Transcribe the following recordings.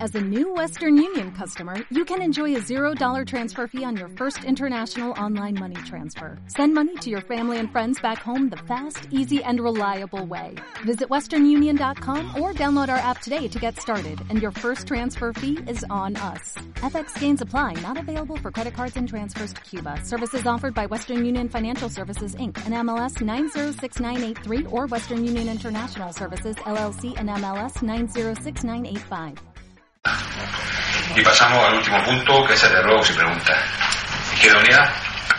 As a new Western Union customer, you can enjoy a $0 transfer fee on your first international online money transfer. Send money to your family and friends back home the fast, easy, and reliable way. Visit westernunion.com or download our app today to get started, and your first transfer fee is on us. FX gains apply, not available for credit cards and transfers to Cuba. Services offered by Western Union Financial Services, Inc., and MLS 906983, or Western Union International Services, LLC, and MLS 906985. Y pasamos al último punto, que es el de ruegos y preguntas. ¿Izquierda Unida?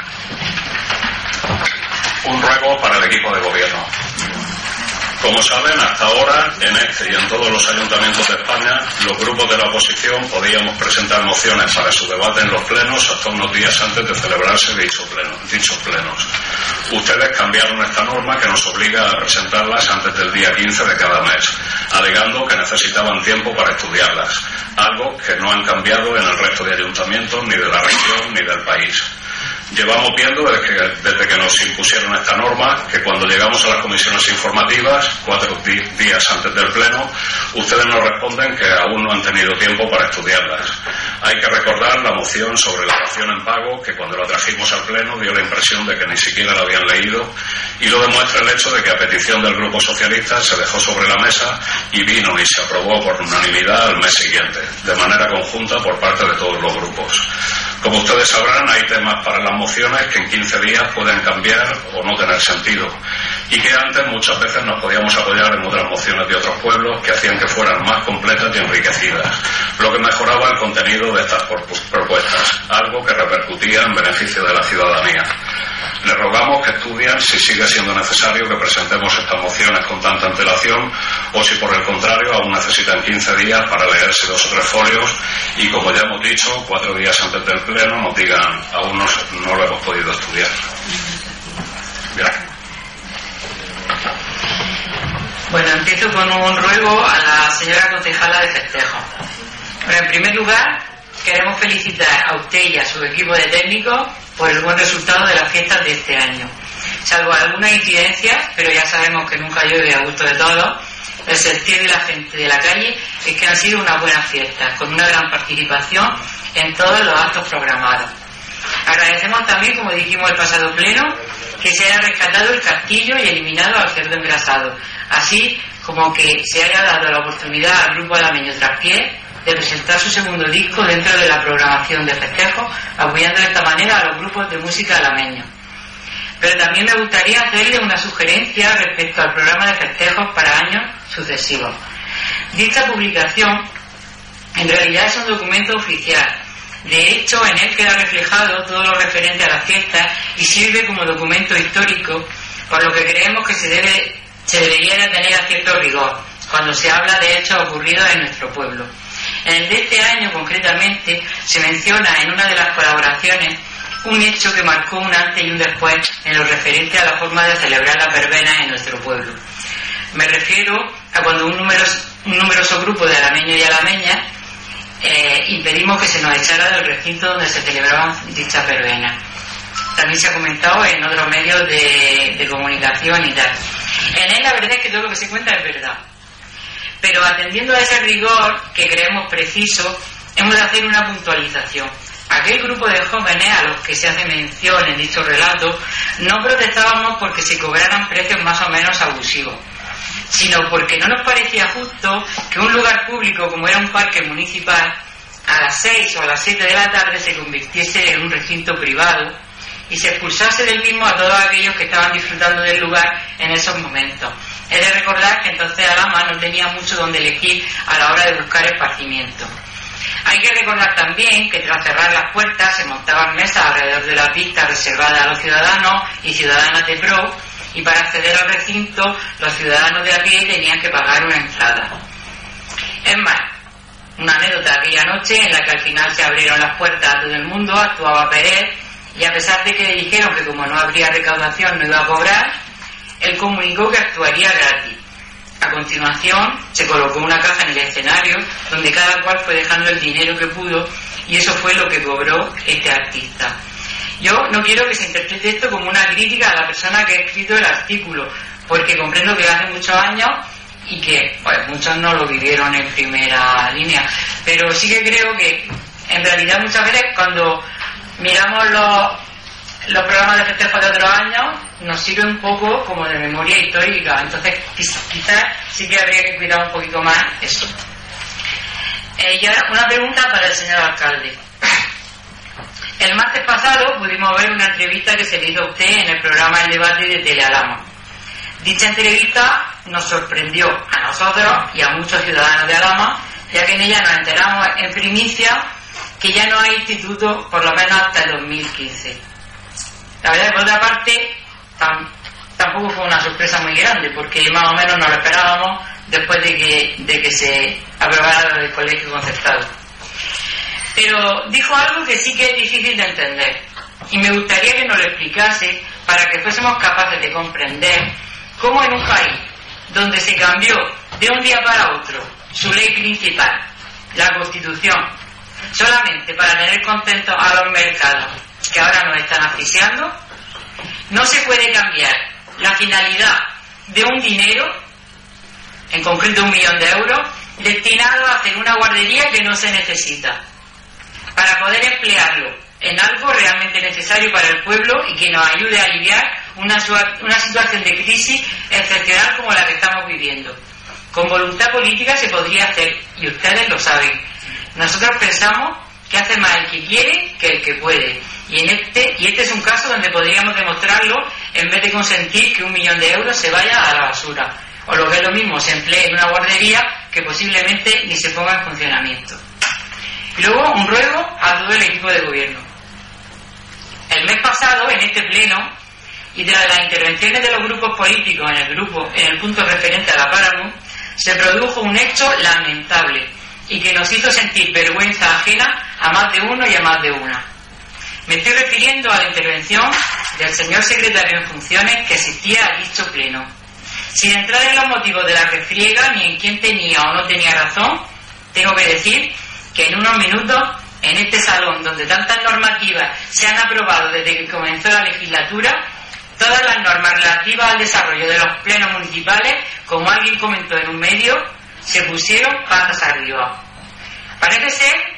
Un ruego para el equipo de gobierno. Como saben, hasta ahora, en este y en todos los ayuntamientos de España, los grupos de la oposición podíamos presentar mociones para su debate en los plenos hasta unos días antes de celebrarse dichos plenos. Ustedes cambiaron esta norma que nos obliga a presentarlas antes del día 15 de cada mes, alegando que necesitaban tiempo para estudiarlas, algo que no han cambiado en el resto de ayuntamientos ni de la región ni del país. Llevamos viendo desde que nos impusieron esta norma que cuando llegamos a las comisiones informativas, 4 días antes del pleno, ustedes nos responden que aún no han tenido tiempo para estudiarlas. Hay que recordar la moción sobre la dación en pago, que cuando la trajimos al pleno dio la impresión de que ni siquiera la habían leído, y lo demuestra el hecho de que a petición del Grupo Socialista se dejó sobre la mesa y vino y se aprobó por unanimidad al mes siguiente, de manera conjunta por parte de todos los grupos. Como ustedes sabrán, hay temas para las mociones que en 15 días pueden cambiar o no tener sentido, y que antes muchas veces nos podíamos apoyar en otras mociones de otros pueblos que hacían que fueran más completas y enriquecidas, lo que mejoraba el contenido de estas propuestas, algo que repercutía en beneficio de la ciudadanía. Les rogamos que estudien si sigue siendo necesario que presentemos estas mociones con tanta antelación o si por el contrario aún necesitan 15 días para leerse 2 o 3 folios y, como ya hemos dicho, 4 días antes del pleno nos digan aún no lo hemos podido estudiar. Bien. Bueno, empiezo con un ruego a la señora concejala de festejo. Bueno, en primer lugar, queremos felicitar a usted y a su equipo de técnicos por el buen resultado de las fiestas de este año. Salvo algunas incidencias, pero ya sabemos que nunca llueve a gusto de todos, el sentir de la gente de la calle es que han sido unas buenas fiestas, con una gran participación en todos los actos programados. Agradecemos también, como dijimos el pasado pleno, que se haya rescatado el castillo y eliminado al cerdo engrasado, así como que se haya dado la oportunidad al grupo alameño Traspié de presentar su segundo disco dentro de la programación de festejos, apoyando de esta manera a los grupos de música alameños. Pero también me gustaría hacerle una sugerencia respecto al programa de festejos para años sucesivos. Dicha publicación en realidad es un documento oficial. De hecho, en él queda reflejado todo lo referente a las fiestas y sirve como documento histórico, por lo que creemos que se debería de tener a cierto rigor cuando se habla de hechos ocurridos en nuestro pueblo. En el de este año, concretamente, se menciona en una de las colaboraciones un hecho que marcó un antes y un después en lo referente a la forma de celebrar las verbenas en nuestro pueblo. Me refiero a cuando un numeroso grupo de alameños y alameñas impedimos que se nos echara del recinto donde se celebraban dichas verbenas. También se ha comentado en otros medios de comunicación y tal. En él la verdad es que todo lo que se cuenta es verdad. Pero atendiendo a ese rigor que creemos preciso, hemos de hacer una puntualización. Aquel grupo de jóvenes a los que se hace mención en dicho relato no protestábamos porque se cobraran precios más o menos abusivos, sino porque no nos parecía justo que un lugar público como era un parque municipal a las 6 o a las 7 de la tarde se convirtiese en un recinto privado y se expulsase del mismo a todos aquellos que estaban disfrutando del lugar en esos momentos. He de recordar que entonces Alhama no tenía mucho donde elegir a la hora de buscar esparcimiento. Hay que recordar también que tras cerrar las puertas se montaban mesas alrededor de la pista reservada a los ciudadanos y ciudadanas de pro, y para acceder al recinto los ciudadanos de a pie tenían que pagar una entrada. Es más, una anécdota aquella noche en la que al final se abrieron las puertas a todo el mundo, actuaba Pérez, y a pesar de que le dijeron que como no habría recaudación no iba a cobrar, él comunicó que actuaría gratis. A continuación se colocó una caja en el escenario donde cada cual fue dejando el dinero que pudo, y eso fue lo que cobró este artista. Yo no quiero que se interprete esto como una crítica a la persona que ha escrito el artículo, porque comprendo que hace muchos años y que pues, muchos no lo vivieron en primera línea, pero pues sí que creo que en realidad muchas veces cuando miramos los programas de festejo de otros años nos sirve un poco como de memoria histórica, entonces quizás sí que habría que cuidar un poquito más eso. Y ahora una pregunta para el señor alcalde. El martes pasado pudimos ver una entrevista que se le hizo a usted en el programa El Debate de Telealama. Dicha entrevista nos sorprendió a nosotros y a muchos ciudadanos de Alhama, ya que en ella nos enteramos en primicia que ya no hay instituto por lo menos hasta el 2015. La verdad, por otra parte, tampoco fue una sorpresa muy grande, porque más o menos nos lo esperábamos después de que se aprobara el colegio concertado. Pero dijo algo que sí que es difícil de entender, y me gustaría que nos lo explicase para que fuésemos capaces de comprender cómo en un país donde se cambió de un día para otro su ley principal, la Constitución, solamente para tener contentos a los mercados que ahora nos están asfixiando, no se puede cambiar la finalidad de un dinero, en concreto 1 millón de euros, destinado a hacer una guardería que no se necesita, para poder emplearlo en algo realmente necesario para el pueblo y que nos ayude a aliviar una situación de crisis excepcional como la que estamos viviendo. Con voluntad política se podría hacer, y ustedes lo saben. Nosotros pensamos que hace más el que quiere que el que puede. Y este es un caso donde podríamos demostrarlo en vez de consentir que 1 millón de euros se vaya a la basura. O lo que es lo mismo, se emplee en una guardería que posiblemente ni se ponga en funcionamiento. Y luego un ruego a todo el equipo de gobierno. El mes pasado, en este pleno, y de las intervenciones de los grupos políticos en el punto referente a la Paramount, se produjo un hecho lamentable y que nos hizo sentir vergüenza ajena a más de uno y a más de una. Me estoy refiriendo a la intervención del señor secretario en funciones que asistía a dicho pleno. Sin entrar en los motivos de la refriega ni en quién tenía o no tenía razón, tengo que decir que en unos minutos, en este salón donde tantas normativas se han aprobado desde que comenzó la legislatura, todas las normas relativas al desarrollo de los plenos municipales, como alguien comentó en un medio, se pusieron patas arriba. Parece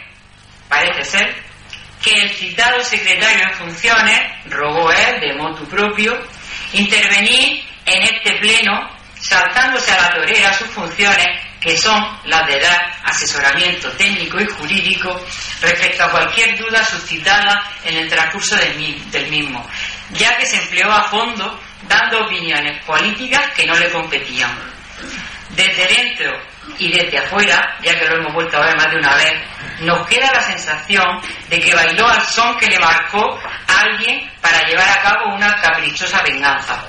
ser que el citado secretario en funciones rogó él, de motu propio, intervenir en este pleno, saltándose a la torera sus funciones, que son las de dar asesoramiento técnico y jurídico respecto a cualquier duda suscitada en el transcurso del mismo, ya que se empleó a fondo dando opiniones políticas que no le competían. Desde dentro y desde afuera, ya que lo hemos vuelto a ver más de una vez, nos queda la sensación de que bailó al son que le marcó a alguien para llevar a cabo una caprichosa venganza.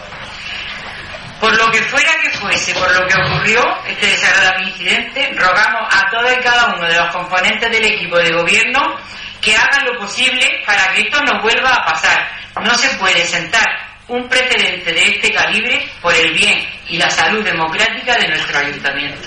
Por lo que fuera que fuese, por lo que ocurrió este desagradable incidente, rogamos a todos y cada uno de los componentes del equipo de gobierno que hagan lo posible para que esto no vuelva a pasar. No se puede sentar un precedente de este calibre por el bien y la salud democrática de nuestro ayuntamiento.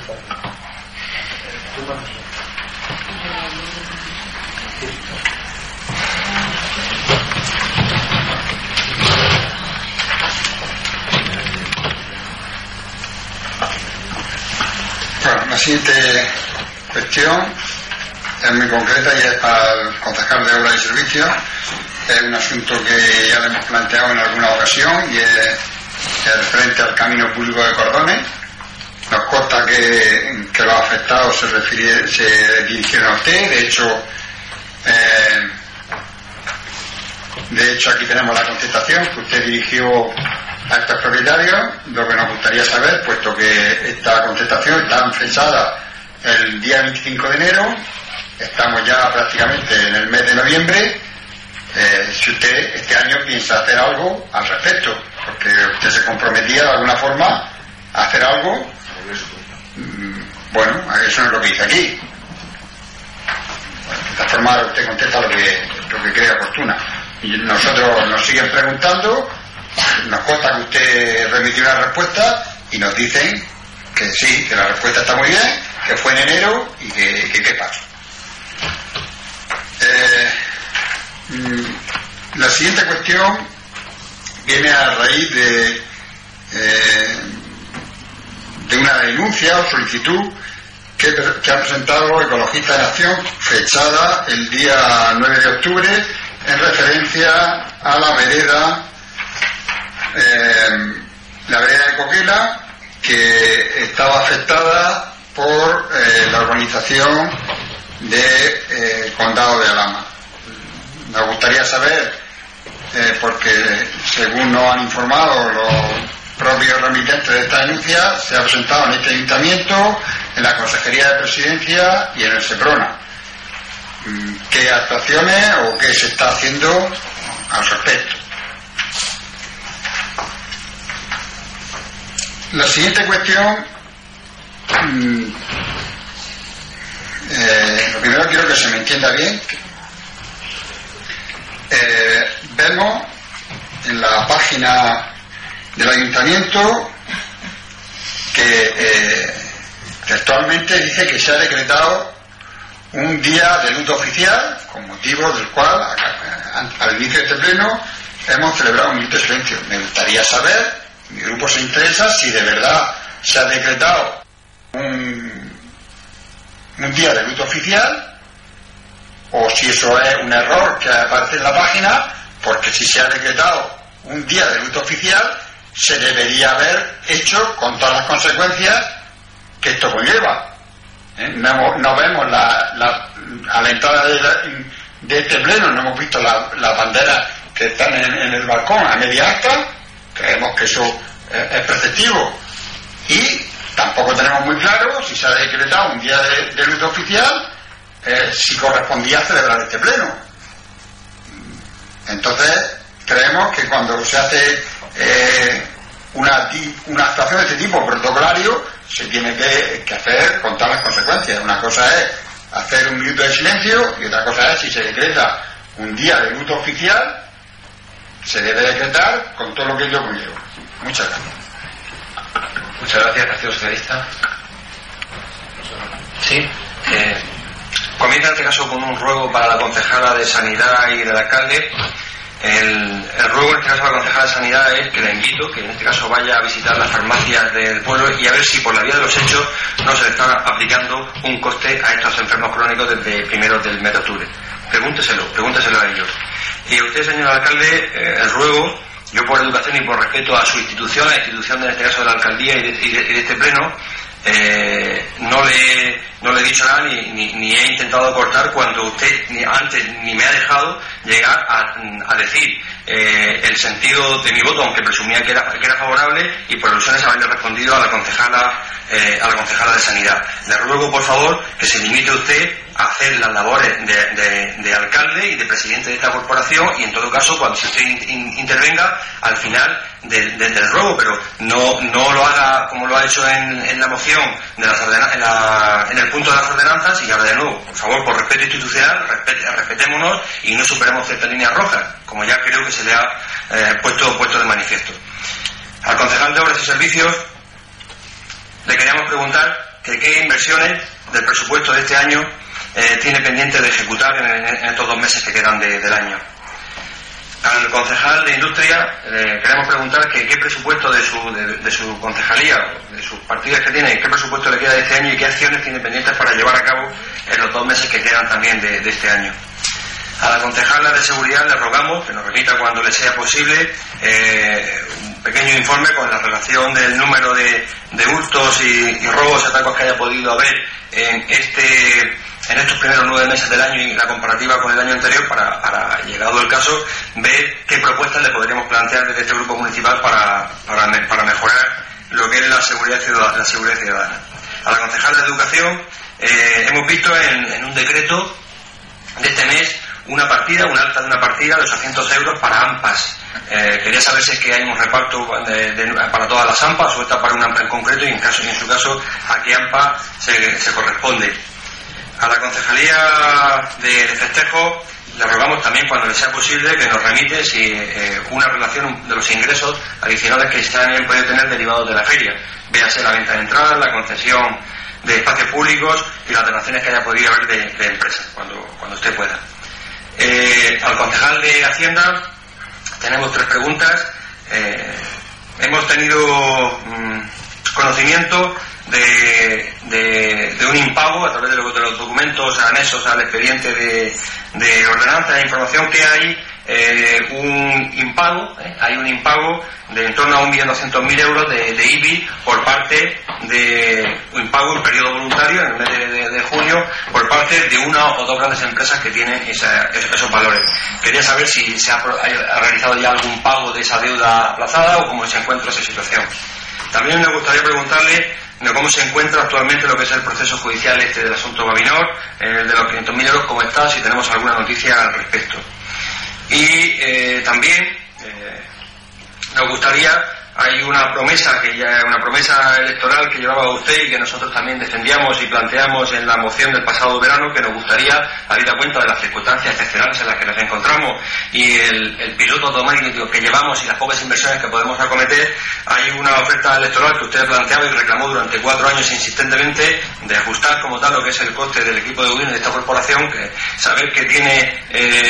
Bueno, la siguiente cuestión es muy concreta y es para el concejal de Obras y Servicios. Es un asunto que ya le hemos planteado en alguna ocasión y es referente al camino público de Cordones. Nos consta que los afectados se dirigieron a usted. De hecho aquí tenemos la contestación que usted dirigió a estos propietarios. Lo que nos gustaría saber, puesto que esta contestación está fechada el día 25 de enero, estamos ya prácticamente en el mes de noviembre, si usted este año piensa hacer algo al respecto, porque usted se comprometía de alguna forma a hacer algo. Bueno, eso no es lo que dice aquí. De esta forma usted contesta lo que cree oportuna. Y nosotros nos siguen preguntando, nos consta que usted remitió una respuesta y nos dicen que sí, que la respuesta está muy bien, que fue en enero y que qué pasa. La siguiente cuestión viene a raíz de una denuncia o solicitud que ha presentado Ecologistas en Acción, fechada el día 9 de octubre, en referencia a la vereda de Coquela, que estaba afectada por la urbanización de Condado de Alhama. Me gustaría saber, porque según nos han informado los propios remitentes de esta denuncia, se ha presentado en este ayuntamiento, en la Consejería de Presidencia y en el SEPRONA. ¿Qué actuaciones o qué se está haciendo al respecto? La siguiente cuestión, lo primero quiero que se me entienda bien. Vemos en la página del ayuntamiento que textualmente dice que se ha decretado un día de luto oficial, con motivo del cual al inicio de este pleno hemos celebrado un minuto de silencio. Me gustaría saber, mi grupo se interesa, si de verdad se ha decretado un día de luto oficial o si eso es un error que aparece en la página, porque si se ha decretado un día de luto oficial se debería haber hecho con todas las consecuencias que esto conlleva. No vemos a la entrada de este pleno, no hemos visto las banderas que están en el balcón a media asta. Creemos que eso es preceptivo y tampoco tenemos muy claro si se ha decretado un día de luto oficial, si correspondía a celebrar este pleno. Entonces creemos que cuando se hace una actuación de este tipo protocolario se tiene que hacer con todas las consecuencias. Una cosa es hacer un minuto de silencio y otra cosa es, si se decreta un día de luto oficial, se debe decretar con todo lo que ello conlleva. Muchas gracias. Muchas gracias, Partido Socialista. Sí. Comienza en este caso con un ruego para la concejala de Sanidad y del alcalde. El ruego en este caso a la concejala de Sanidad es que la invito, que en este caso vaya a visitar las farmacias del pueblo y a ver si por la vía de los hechos no se le está aplicando un coste a estos enfermos crónicos desde primeros del mes de octubre. Pregúnteselo a ellos. Y a usted, señor alcalde, el ruego, yo por educación y por respeto a su institución, la institución en este caso de la alcaldía y de este pleno, no le he dicho nada ni he intentado cortar cuando usted antes ni me ha dejado llegar a decir el sentido de mi voto, aunque presumía que era favorable, y por alusiones haberle respondido a la concejala de Sanidad. Le ruego, por favor, que se limite usted a hacer las labores de alcalde y de presidente de esta corporación, y en todo caso, cuando usted intervenga al final del ruego, pero no lo haga como lo ha hecho en la moción de en el punto de las ordenanzas. Y ahora de nuevo, por favor, por respeto institucional, respetémonos y no superemos ciertas líneas rojas, como ya creo que se le ha puesto de manifiesto. Al concejal de Obras y Servicios le queríamos preguntar que qué inversiones del presupuesto de este año tiene pendiente de ejecutar en estos 2 meses que quedan del año. Al concejal de Industria queremos preguntar que qué presupuesto de su concejalía, de sus partidas que tiene, qué presupuesto le queda de este año y qué acciones tiene pendientes para llevar a cabo en los 2 meses que quedan también de este año. A la concejala de Seguridad le rogamos que nos remita cuando le sea posible un pequeño informe con la relación del número de hurtos y robos y atracos que haya podido haber en estos primeros 9 meses del año y la comparativa con el año anterior para llegado el caso, ver qué propuestas le podríamos plantear desde este grupo municipal para mejorar lo que es la seguridad ciudadana. A la concejala de Educación hemos visto en un decreto de este mes un alta de una partida de 800 euros para AMPAs. Quería saber si es que hay un reparto para todas las AMPAs o está para una AMPA en concreto y en su caso a qué AMPA se corresponde. A la Concejalía de Festejo le rogamos también, cuando le sea posible, que nos remite si una relación de los ingresos adicionales que se han podido tener derivados de la feria, véase la venta de entradas, la concesión de espacios públicos y las donaciones que haya podido haber de empresas, cuando usted pueda. Al concejal de Hacienda tenemos 3 preguntas. Hemos tenido conocimiento de un impago a través de los documentos anexos al expediente de ordenanza de información que hay un impago de en torno a 1.200.000 euros de IBI por parte de un impago en periodo voluntario en el mes de junio por parte de una o dos grandes empresas que tienen esos valores. Quería saber si se ha realizado ya algún pago de esa deuda aplazada o cómo se encuentra esa situación. También me gustaría preguntarle cómo se encuentra actualmente lo que es el proceso judicial del asunto Babinor, de los 500.000 euros, cómo está, si tenemos alguna noticia al respecto. Y también nos gustaría, hay una promesa electoral que llevaba usted y que nosotros también defendíamos y planteamos en la moción del pasado verano, que nos gustaría, habida cuenta de las circunstancias excepcionales en las que nos encontramos y el piloto automático que llevamos y las pocas inversiones que podemos acometer, hay una oferta electoral que usted planteaba y reclamó durante 4 años insistentemente de ajustar como tal lo que es el coste del equipo de gobierno de esta corporación, que saber que tiene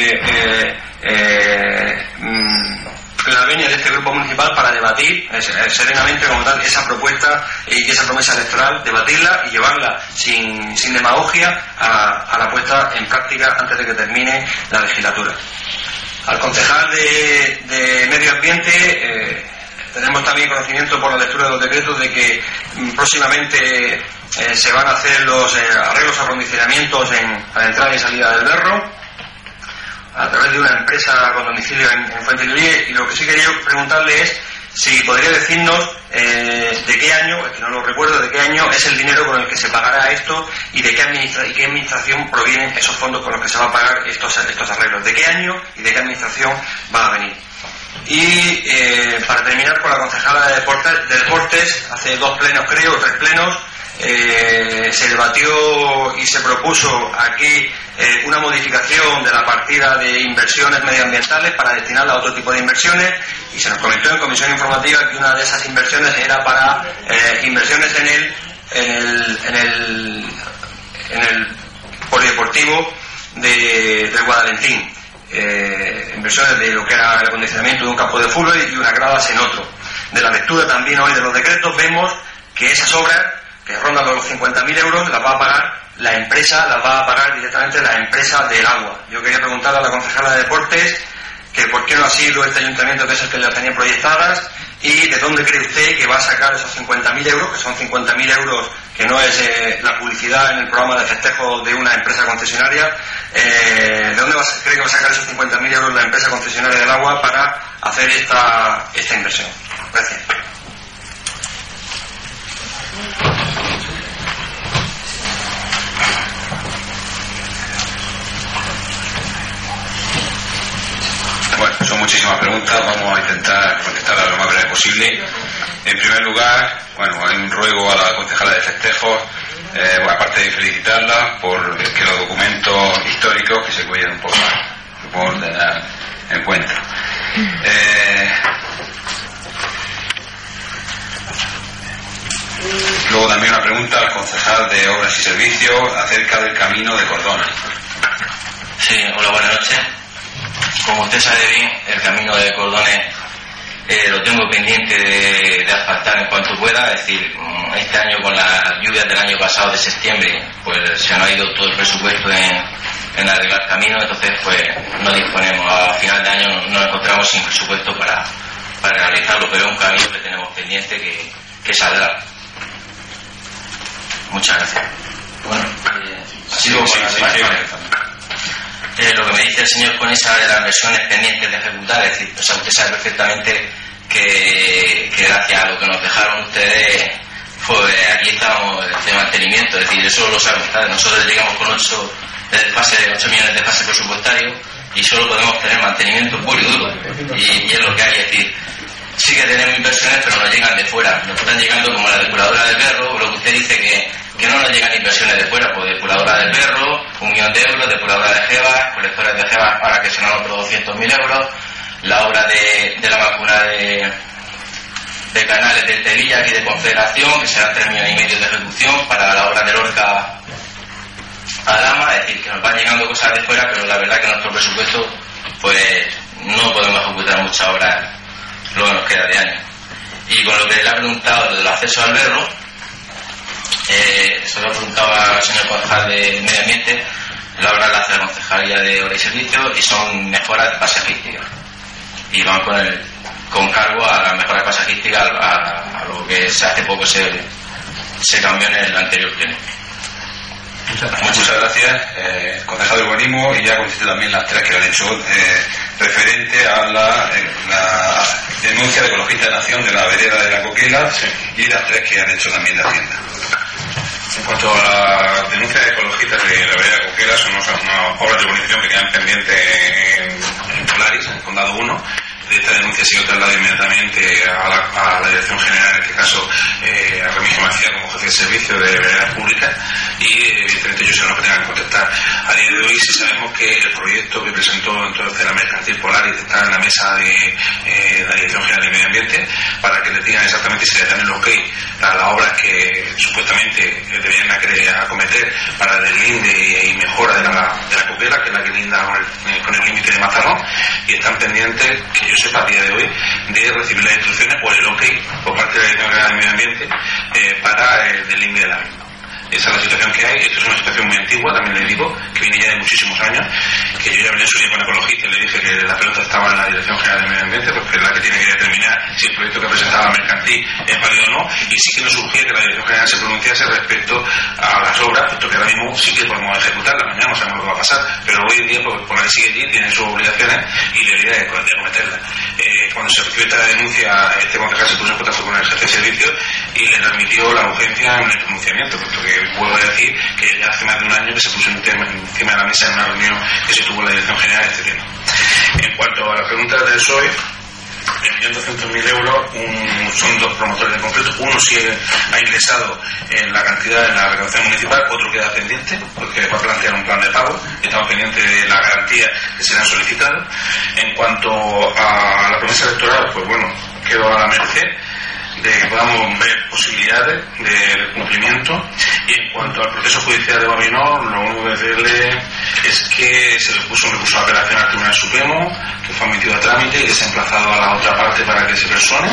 la venia de este grupo municipal para debatir serenamente como tal esa propuesta y esa promesa electoral, debatirla y llevarla sin demagogia a la puesta en práctica antes de que termine la legislatura. Al concejal de Medio Ambiente tenemos también conocimiento por la lectura de los decretos de que próximamente se van a hacer los arreglos o acondicionamientos en la entrada y salida del Berro a través de una empresa con domicilio en Fuentellaría, y lo que sí quería preguntarle es si podría decirnos de qué año, es que no lo recuerdo, de qué año es el dinero con el que se pagará esto y de qué administración provienen esos fondos con los que se va a pagar estos arreglos, de qué año y de qué administración va a venir. Y para terminar, con la concejala de deportes, hace 2 plenos creo, 3 plenos, se debatió y se propuso aquí una modificación de la partida de inversiones medioambientales para destinarla a otro tipo de inversiones, y se nos comentó en comisión informativa que una de esas inversiones era para inversiones en el polideportivo del Guadalentín, inversiones de lo que era el acondicionamiento de un campo de fútbol y unas gradas en otro. De la lectura también hoy de los decretos vemos que esas obras que rondan los 50.000 euros las va a pagar la empresa, las va a pagar directamente la empresa del agua. Yo quería preguntarle a la concejala de deportes que por qué no ha sido este ayuntamiento que es el que las tenía proyectadas y de dónde cree usted que va a sacar esos 50.000 euros, que son 50.000 euros que no es la publicidad en el programa de festejo de una empresa concesionaria. ¿De dónde cree que va a sacar esos 50.000 euros la empresa concesionaria del agua para hacer esta inversión? Gracias. Bueno, son muchísimas preguntas, vamos a intentar contestarlas lo más breve posible. En primer lugar, bueno, hay un ruego a la concejala de festejos, aparte de felicitarla por que los documentos históricos que se cuiden un poco más, por tener en cuenta. Luego también una pregunta al concejal de Obras y Servicios acerca del camino de Cordona. Sí, hola, buenas noches. Como usted sabe bien, el camino de Cordones lo tengo pendiente de asfaltar en cuanto pueda. Es decir, este año con las lluvias del año pasado de septiembre, pues se nos ha ido todo el presupuesto en arreglar caminos, entonces pues no disponemos, a final de año nos encontramos sin presupuesto para realizarlo, pero es un camino que tenemos pendiente que saldrá. Muchas gracias. Bueno, sigo con las lo que me dice el señor con esa de las inversiones pendientes de ejecutar, es decir, o sea, usted sabe perfectamente que gracias a lo que nos dejaron ustedes, pues aquí estamos de mantenimiento, es decir, eso lo saben ustedes. Nosotros llegamos con 8 millones de pase presupuestario y solo podemos tener mantenimiento puro y duro, y es lo que hay, es decir, sí que tenemos inversiones pero nos llegan de fuera, nos están llegando como la depuradora del Berro, lo que usted dice que no nos llegan inversiones de fuera, pues depuradora del Berro, 1 millón de euros, depuradora de Jebas, colectores de Jebas para que se nos otros 200.000 euros, la obra de la vacuna de canales de Tevilla y de Confederación, que serán 3,5 millones de ejecución, para la obra de Lorca a Lama, es decir, que nos van llegando cosas de fuera, pero la verdad que nuestro presupuesto, pues no podemos ejecutar muchas obras lo que nos queda de año. Y con lo que le ha preguntado del acceso al Berro, Se lo preguntaba al señor concejal de Medio Ambiente. La obra la hace la Concejalía de Obra y Servicios y son mejoras paisajísticas. Y van con cargo a las mejoras paisajísticas, a lo que hace poco se cambió en el anterior pleno. Muchas gracias, concejal de urbanismo, y ya contesté también las tres que han hecho referente a la denuncia de Ecologistas de Nación de la vereda de la Coquela, y las tres que han hecho también de Hacienda. En cuanto a la denuncia de ecologistas de la vereda de Coquela, son unas obras de urbanización que quedan pendientes en Polaris, en el Condado 1. De esta denuncia se trasladado inmediatamente a la Dirección General, en este caso a Remigio Macías como jefe de servicio de veredas públicas, y evidentemente ellos son los que tengan que contestar. A día de hoy sí sabemos que el proyecto que presentó entonces la Mercantil Polaris está en la mesa de la Dirección General de Medio Ambiente para que les digan exactamente si le dan el ok a las obras que supuestamente deberían acometer para el deslinde y mejora de la Coquela, que es la que linda con el límite de Mazarrón, y están pendientes, que yo sepa a día de hoy, de recibir las instrucciones o el ok por parte de la Dirección General de Medio Ambiente para el deslinde de la misma. Esa es la situación que hay. Esto es una situación muy antigua, también le digo, que viene ya de muchísimos años, que yo ya hablé en su día con ecologistas y le dije que la pelota estaba en la Dirección General de Medio Ambiente, porque es la que tiene que determinar si el proyecto que presentaba la Mercantil es válido o no, y sí que nos surgía que la Dirección General se pronunciase respecto a las obras, puesto que ahora mismo sí que podemos ejecutarlas, mañana no sabemos lo que va a pasar, pero hoy en día, porque por la sigue allí, tienen sus obligaciones y debería de acometerlas. Cuando se recibió esta denuncia, este concejal se puso en contacto con el jefe de servicio y le transmitió la urgencia en el pronunciamiento, puesto que vuelvo a decir que ya hace más de un año que se puso encima de la mesa en una reunión que se tuvo en la Dirección General este tema. En cuanto a la pregunta del PSOE, el 1.200.000 euros son dos promotores en concreto. Uno sí ha ingresado en la cantidad en la recaudación municipal, otro queda pendiente porque va a plantear un plan de pago. Estamos pendientes de la garantía que se le han solicitado. En cuanto a la promesa electoral, pues bueno, quedo a la merced de que podamos ver posibilidades de cumplimiento. Y en cuanto al proceso judicial de Babinor, lo único que decirle es que se le puso un recurso de apelación al Tribunal Supremo, que fue admitido a trámite y que se ha emplazado a la otra parte para que se persone,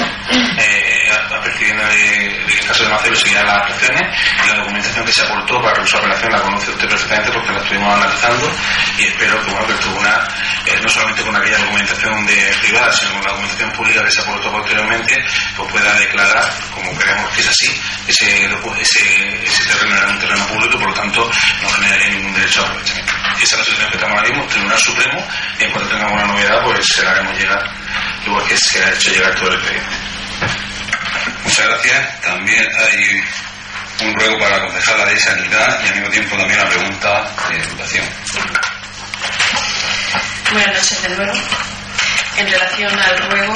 percibiendo de que en caso de no hacerlo seguirán las actuaciones, y la documentación que se aportó para el recurso de apelación la conoce usted perfectamente porque la estuvimos analizando, y espero que, bueno, que el Tribunal, no solamente con aquella documentación privada, sino con la documentación pública que se aportó posteriormente, pues pueda declarar, como creemos que es así, ese terreno era un terreno público y por lo tanto no genera ningún derecho a aprovechamiento. Y esa es la situación que estamos ahora mismo, Tribunal Supremo, y en cuanto tengamos una novedad, pues se la haremos llegar, igual que se ha hecho llegar todo el expediente. Muchas gracias. También hay un ruego para la concejala de Sanidad y al mismo tiempo también una pregunta de Educación. Buenas noches de nuevo. En relación al ruego,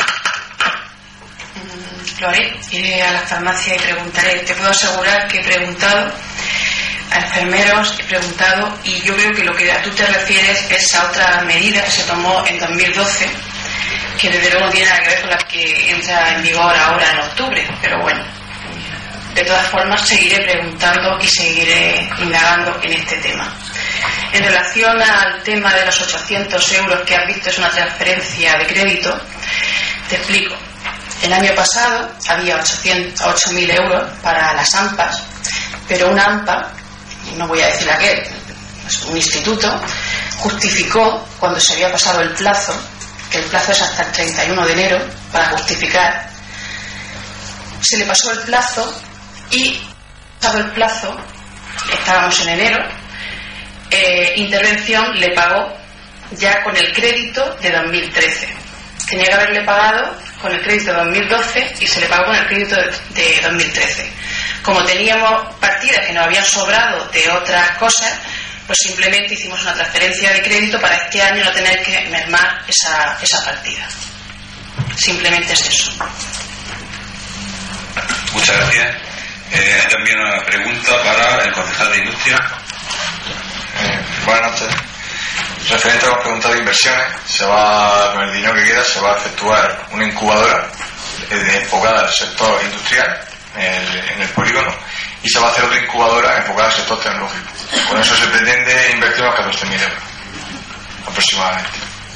lo haré, iré a la farmacia y preguntaré. Te puedo asegurar que he preguntado a enfermeros, he preguntado, y yo creo que lo que a tú te refieres es a otra medida que se tomó en 2012, que desde luego no tiene nada que ver con la que entra en vigor ahora en octubre, pero bueno, de todas formas seguiré preguntando y seguiré indagando en este tema. En relación al tema de los 800 euros que has visto es una transferencia de crédito, te explico. El año pasado había 8.000 euros para las AMPAs, pero una AMPA, no voy a decir a qué, un instituto, justificó cuando se había pasado el plazo, que el plazo es hasta el 31 de enero para justificar. Se le pasó el plazo y, pasado el plazo, estábamos en enero, Intervención le pagó ya con el crédito de 2013. Tenía que haberle pagado con el crédito de 2012 y se le pagó con el crédito de 2013. Como teníamos partidas que nos habían sobrado de otras cosas, pues simplemente hicimos una transferencia de crédito para este año no tener que mermar esa partida. Simplemente es eso. Muchas gracias. Hay también una pregunta para el concejal de Industria. Buenas noches. Referente a las preguntas de inversiones, con el dinero que queda se va a efectuar una incubadora enfocada al sector industrial en el polígono, y se va a hacer otra incubadora enfocada al sector tecnológico. Con eso se pretende invertir unos 14.000 euros aproximadamente.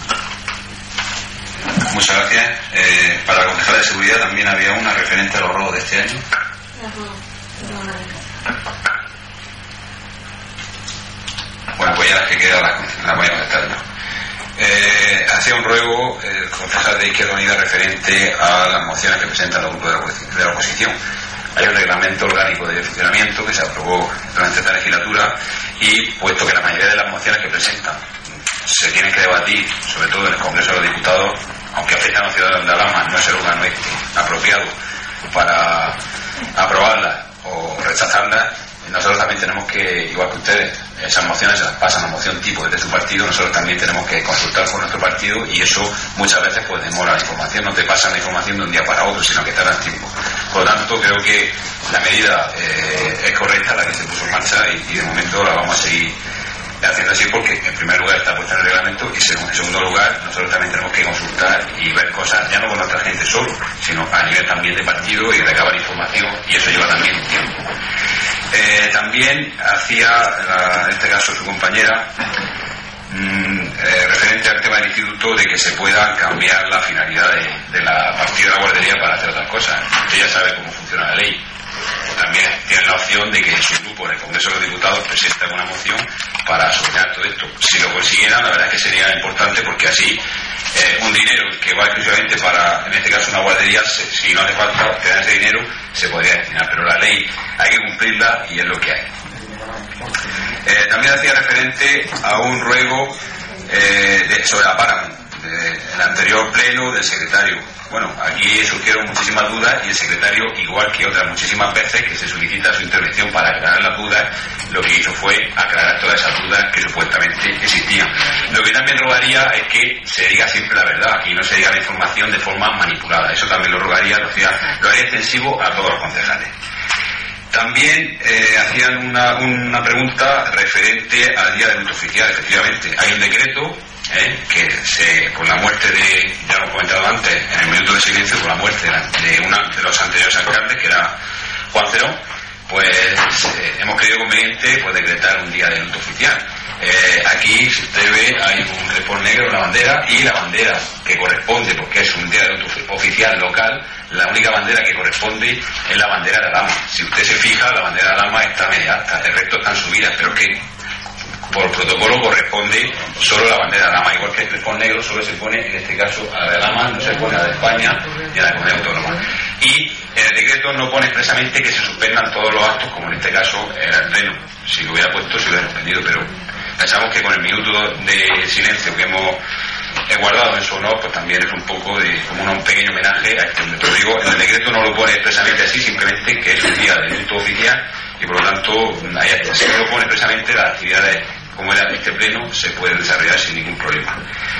Muchas gracias. Para la concejala de Seguridad también había una referente a los robos de este año. Bueno, pues ya las que quedan las voy a contestar yo. Hacía un ruego el concejal de Izquierda Unida referente a las mociones que presentan los grupos de la oposición. Hay un reglamento orgánico de funcionamiento que se aprobó durante esta legislatura y puesto que la mayoría de las mociones que presentan se tienen que debatir, sobre todo en el Congreso de los Diputados, aunque afectan a los ciudadanos de Alarma, no es el órgano apropiado para aprobarlas o rechazarlas. Nosotros también tenemos que, igual que ustedes, esas mociones se las pasan a moción tipo desde su partido, nosotros también tenemos que consultar con nuestro partido y eso muchas veces pues demora la información, no te pasan la información de un día para otro, sino que tarda tiempo. Por lo tanto, creo que la medida es correcta, la que se puso en marcha y de momento la vamos a seguir haciendo así porque en primer lugar está puesta en el reglamento y en segundo lugar nosotros también tenemos que consultar y ver cosas ya no con nuestra gente solo, sino a nivel también de partido y recabar información y eso lleva también un tiempo. También hacía, en este caso su compañera, referente al tema del instituto de que se pueda cambiar la finalidad de la partida de la guardería para hacer otras cosas. Usted ya sabe cómo funciona la ley. También tiene la opción de que en su grupo en el Congreso de los Diputados presente una moción para solucionar todo esto. Si lo consiguieran, la verdad es que sería importante porque así un dinero que va exclusivamente para, en este caso, una guardería, si no hace falta tener ese dinero, se podría destinar. Pero la ley hay que cumplirla y es lo que hay. También hacía referente a un ruego sobre la Paramount, del anterior pleno del secretario. Bueno, aquí surgieron muchísimas dudas y el secretario, igual que otras muchísimas veces que se solicita su intervención para aclarar las dudas, lo que hizo fue aclarar todas esas dudas que supuestamente existían. Lo que también rogaría es que se diga siempre la verdad y no se diga la información de forma manipulada. Eso también lo rogaría, lo haría extensivo a todos los concejales. También hacían una pregunta referente al día de luto oficial. Efectivamente, hay un decreto que por la muerte de, ya lo he comentado antes, en el minuto de silencio, por la muerte de uno de los anteriores alcaldes, que era Juan Cerón, pues hemos creído conveniente pues decretar un día de luto oficial. Aquí, si usted ve, hay un report negro en la bandera y la bandera que corresponde, porque es un día de luto oficial local, la única bandera que corresponde es la bandera de Alhama. Si usted se fija, la bandera de Alhama está media alta, el resto están subidas, pero que por protocolo corresponde solo la bandera de Alhama, igual que el report negro solo se pone, en este caso, a la de Alhama, no se pone a la de España ni a la comunidad autónoma. Y en el decreto no pone expresamente que se suspendan todos los actos, como en este caso era el pleno. Si lo hubiera puesto, se hubiera suspendido, pero pensamos que con el minuto de silencio que hemos guardado en su honor, pues también es un poco de como un pequeño homenaje a este hombre. Pero digo, en el decreto no lo pone expresamente así, simplemente que es un día de luto oficial y por lo tanto, si no lo pone expresamente, las actividades como era este pleno se pueden desarrollar sin ningún problema.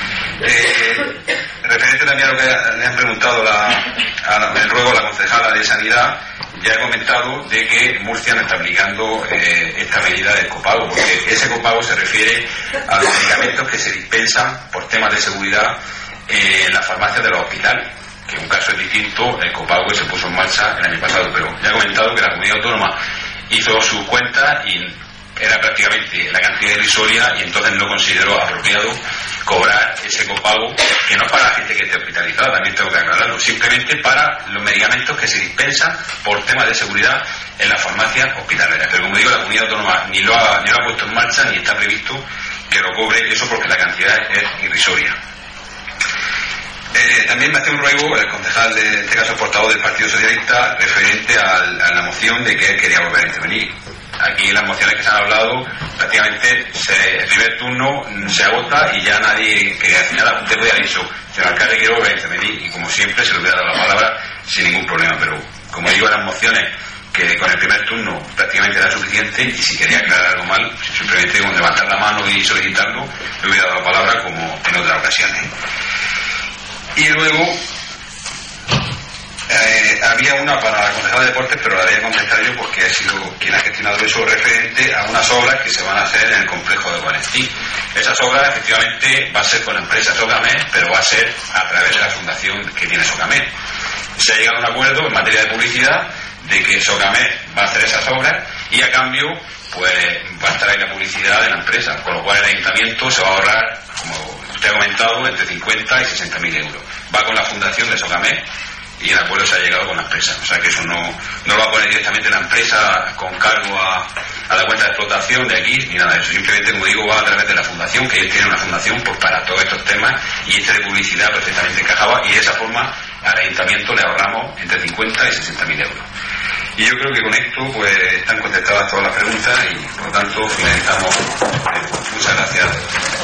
Referente también a lo que le han preguntado el ruego a la concejala de Sanidad, ya he comentado de que Murcia no está aplicando esta medida del copago, porque ese copago se refiere a los medicamentos que se dispensan por temas de seguridad en las farmacias de los hospitales, que en un caso es distinto el copago que se puso en marcha el año pasado, pero ya he comentado que la comunidad autónoma hizo sus cuentas y era prácticamente la cantidad irrisoria y entonces no consideró apropiado cobrar ese copago, que no es para la gente que esté hospitalizada, también tengo que aclararlo, simplemente para los medicamentos que se dispensan por temas de seguridad en las farmacias hospitalarias. Pero como digo, la comunidad autónoma ni lo ha puesto en marcha ni está previsto que lo cobre eso porque la cantidad es irrisoria. También me hace un ruego el concejal, en este caso portavoz del Partido Socialista, referente a la moción de que él quería volver a intervenir. Aquí las mociones que se han hablado, prácticamente el primer turno se agota y ya nadie quería decir nada. Usted podía haber dicho, señor alcalde, quiero volver a intervenir, y como siempre se le hubiera dado la palabra sin ningún problema. Pero como digo, eran mociones que con el primer turno prácticamente era suficiente y si quería aclarar algo mal, simplemente con levantar la mano y solicitarlo, le hubiera dado la palabra como en otras ocasiones. Y luego había una para la concejala de deportes, pero la voy a contestar yo porque he sido quien ha gestionado eso, referente a unas obras que se van a hacer en el complejo de Valentín. Esas obras efectivamente va a ser con la empresa Socamed, pero va a ser a través de la fundación que tiene Socamed. Se ha llegado a un acuerdo en materia de publicidad de que Socamed va a hacer esas obras y a cambio pues va a estar ahí la publicidad de la empresa, con lo cual el ayuntamiento se va a ahorrar, como usted ha comentado, entre 50 y 60.000 euros. Va con la fundación de Socamed y el acuerdo se ha llegado con la empresa. O sea que eso no lo va a poner directamente la empresa con cargo a la cuenta de explotación de aquí ni nada de eso. Simplemente, como digo, va a través de la fundación, que ellos tienen una fundación pues para todos estos temas, y de publicidad perfectamente encajaba, y de esa forma al ayuntamiento le ahorramos entre 50 y 60.000 euros. Y yo creo que con esto pues están contestadas todas las preguntas y por lo tanto finalizamos. Muchas gracias.